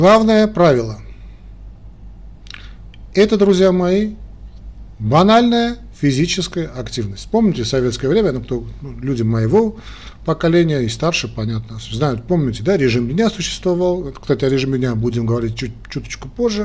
Главное правило – это, друзья мои, банальная физическая активность. Помните, в советское время, люди моего поколения и старше, понятно, знают, помните, да, режим дня существовал. Кстати, о режиме дня будем говорить чуточку позже.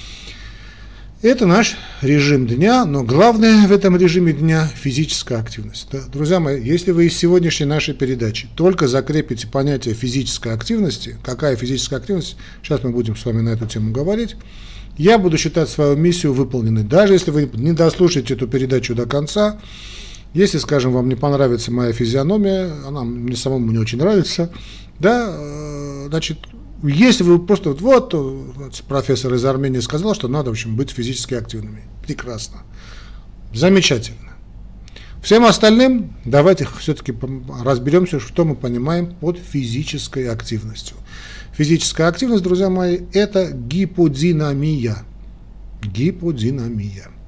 Это наш режим дня, но главное в этом режиме дня – физическая активность. Да, друзья мои, если вы из сегодняшней нашей передачи только закрепите понятие физической активности, какая физическая активность, сейчас мы будем с вами на эту тему говорить, я буду считать свою миссию выполненной. Даже если вы не дослушаете эту передачу до конца, если, скажем, вам не понравится моя физиономия, она мне самому не очень нравится, да, значит, если вы просто профессор из Армении сказал, что надо, в общем, быть физически активными. Прекрасно. Замечательно. Всем остальным давайте все-таки разберемся, что мы понимаем под физической активностью. Физическая активность, друзья мои, это гиподинамия. Гиподинамия.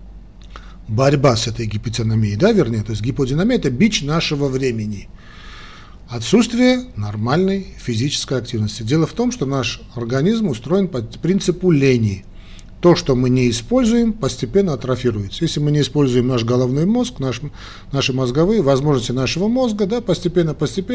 Борьба с этой гиподинамией, да, вернее, то есть гиподинамия – это бич нашего времени. Отсутствие нормальной физической активности. Дело в том, что наш организм устроен по принципу лени. То, что мы не используем, постепенно атрофируется. Если мы не используем наш головной мозг, наши мозговые возможности нашего мозга, да, постепенно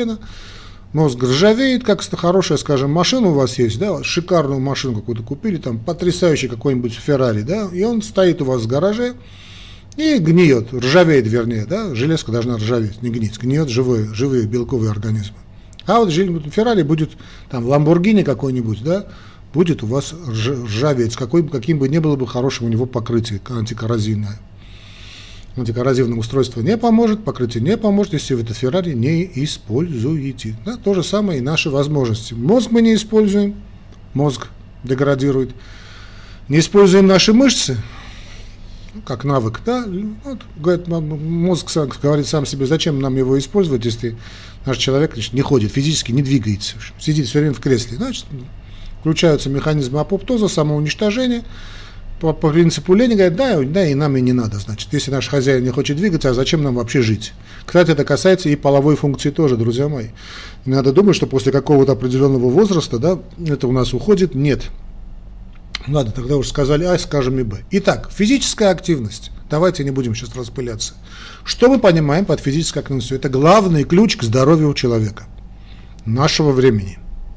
мозг ржавеет, как хорошая, скажем, машина у вас есть, да, шикарную машину какую-то купили, там, потрясающий какой-нибудь Феррари, да, и он стоит у вас в гараже, и гниет, ржавеет, вернее, да, железка должна ржаветь, не гнить, гниет живые белковые организмы. А вот Феррари будет, там, Ламборгини какой-нибудь, да, будет у вас ржаветь, каким бы ни было бы хорошим у него покрытие антикоррозивное. Антикоррозивное устройство не поможет, покрытие не поможет, если вы этот Феррари не используете. Да, то же самое и наши возможности. Мозг мы не используем, мозг деградирует. Не используем наши мышцы, как навык, да, вот, говорит, мозг говорит сам себе, зачем нам его использовать, если наш человек, значит, не ходит, физически не двигается, сидит все время в кресле. Значит, включаются механизмы апоптоза, самоуничтожения, по принципу лени, говорит, да, и нам и не надо, значит, если наш хозяин не хочет двигаться, а зачем нам вообще жить? Кстати, это касается и половой функции тоже, друзья мои. Не надо думать, что после какого-то определенного возраста, да, это у нас уходит, нет. Ладно, тогда уже сказали А, скажем и Б. Итак, физическая активность. Давайте не будем сейчас распыляться. Что мы понимаем под физической активностью? Это главный ключ к здоровью человека, нашего времени.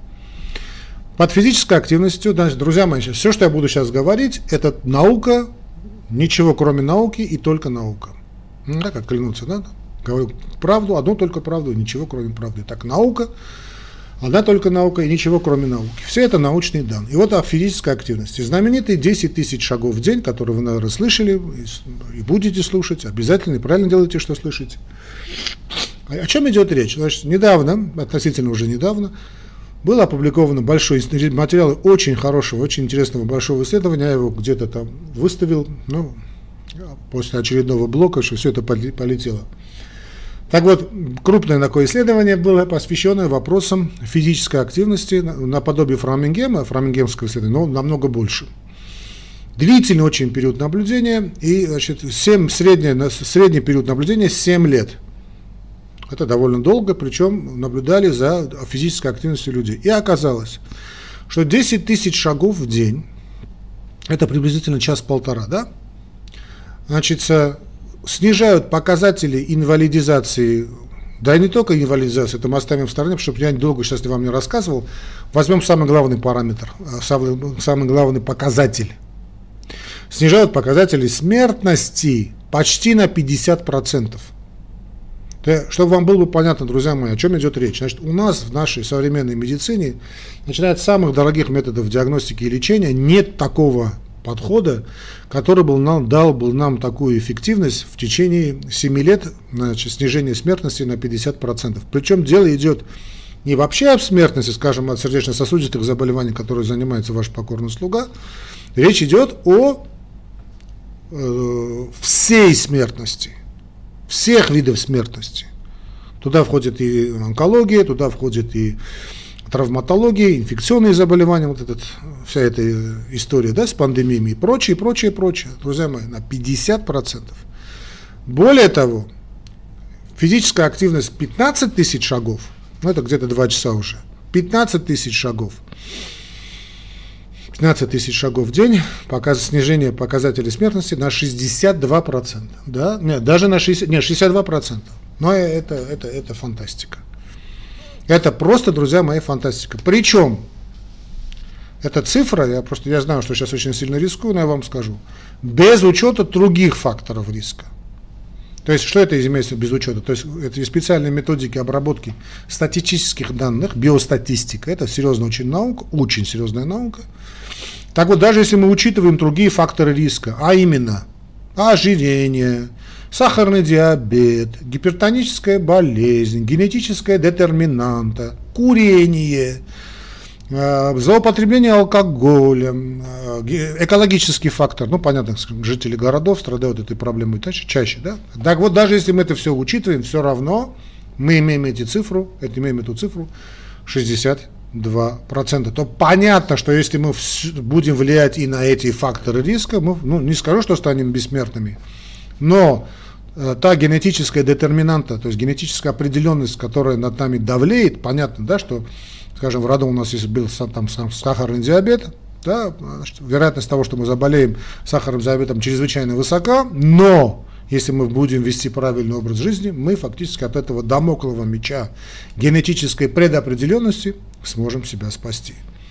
Под физической активностью, значит, друзья мои, все, что я буду сейчас говорить, это наука, ничего кроме науки и только наука. Да, как клянуться, да? Говорю правду, одну только правду, ничего кроме правды. Так, наука. Одна только наука и ничего кроме науки. Все это научные данные. И вот о физической активности. Знаменитые 10 тысяч шагов в день, которые вы, наверное, слышали и будете слушать. Обязательно и правильно делаете, что слышите. О чем идет речь? Значит, недавно, относительно уже недавно, было опубликовано большой материал очень хорошего, очень интересного большого исследования. Я его где-то там выставил, после очередного блока, что все это полетело. Так вот, крупное такое исследование было посвященное вопросам физической активности, наподобие фрамингемского исследования, но намного больше. Длительный очень период наблюдения, и, значит, средний период наблюдения 7 лет. Это довольно долго, причем наблюдали за физической активностью людей. И оказалось, что 10 тысяч шагов в день, это приблизительно час-полтора, да? Значит, снижают показатели инвалидизации, да и не только инвалидизации, это мы оставим в стороне, чтобы я долго сейчас вам не рассказывал. Возьмем самый главный параметр, самый главный показатель. Снижают показатели смертности почти на 50%. Чтобы вам было бы понятно, друзья мои, о чем идет речь. Значит, у нас в нашей современной медицине, начиная от самых дорогих методов диагностики и лечения, нет такого подхода, который дал бы нам такую эффективность в течение 7 лет, значит, снижение смертности на 50%. Причем дело идет не вообще об смертности, скажем, от сердечно-сосудистых заболеваний, которыми занимается ваш покорный слуга. Речь идет о всей смертности, всех видов смертности. Туда входит и онкология, туда входит и травматология, инфекционные заболевания, вся эта история, да, с пандемиями и прочее. Друзья мои, на 50%. Более того, физическая активность 15 тысяч шагов, это где-то 2 часа уже, 15 тысяч шагов, 15 тысяч шагов в день, снижение показателей смертности на 62%. Да? Нет, даже на 62%. Но это фантастика. Это просто, друзья мои, фантастика. Причем, эта цифра, я знаю, что сейчас очень сильно рискую, но я вам скажу, без учета других факторов риска. То есть, что это имеется без учета? То есть, это специальные методики обработки статистических данных, биостатистика, это серьезная очень наука, очень серьезная наука. Так вот, даже если мы учитываем другие факторы риска, а именно ожирение, сахарный диабет, гипертоническая болезнь, генетическая детерминанта, курение, злоупотребление алкоголем, экологический фактор, понятно, жители городов страдают этой проблемой чаще, да? Так вот, даже если мы это все учитываем, все равно мы имеем эту цифру 62%, то понятно, что если мы будем влиять и на эти факторы риска, мы, не скажу, что станем бессмертными, но та генетическая детерминанта, то есть генетическая определенность, которая над нами давлеет, понятно, да, что, скажем, в роду у нас если был там сахарный диабет, да, вероятность того, что мы заболеем сахарным диабетом, чрезвычайно высока, но если мы будем вести правильный образ жизни, мы фактически от этого дамоклового меча генетической предопределенности сможем себя спасти.